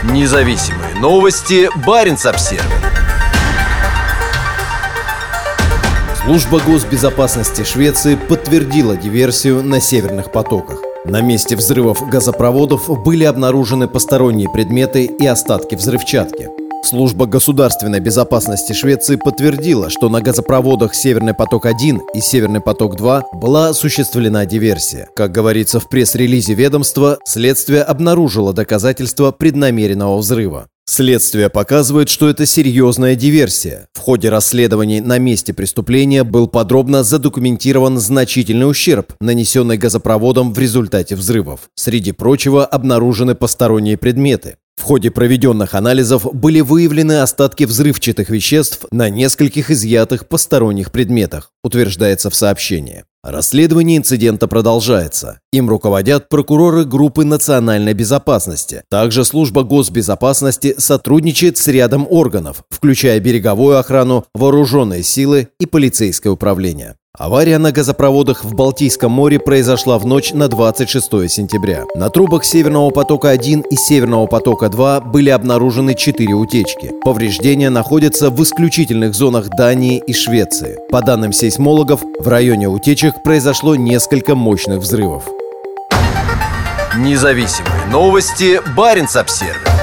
Независимые новости. Баренц-Обсервис. Служба госбезопасности Швеции подтвердила диверсию на северных потоках. На месте взрывов газопроводов были обнаружены посторонние предметы и остатки взрывчатки. Служба государственной безопасности Швеции подтвердила, что на газопроводах «Северный поток-1» и «Северный поток-2» была осуществлена диверсия. Как говорится в пресс-релизе ведомства, следствие обнаружило доказательства преднамеренного взрыва. Следствие показывает, что это серьезная диверсия. В ходе расследований на месте преступления был подробно задокументирован значительный ущерб, нанесенный газопроводом в результате взрывов. Среди прочего, обнаружены посторонние предметы. В ходе проведенных анализов были выявлены остатки взрывчатых веществ на нескольких изъятых посторонних предметах, утверждается в сообщении. Расследование инцидента продолжается. Им руководят прокуроры группы национальной безопасности. Также служба госбезопасности сотрудничает с рядом органов, включая береговую охрану, вооруженные силы и полицейское управление. Авария на газопроводах в Балтийском море произошла в ночь на 26 сентября. На трубах «Северного потока-1» и «Северного потока-2» были обнаружены 4 утечки. Повреждения находятся в исключительных зонах Дании и Швеции. По данным сейсмологов, в районе утечек произошло несколько мощных взрывов. Независимые новости. Баренц-Обсервис.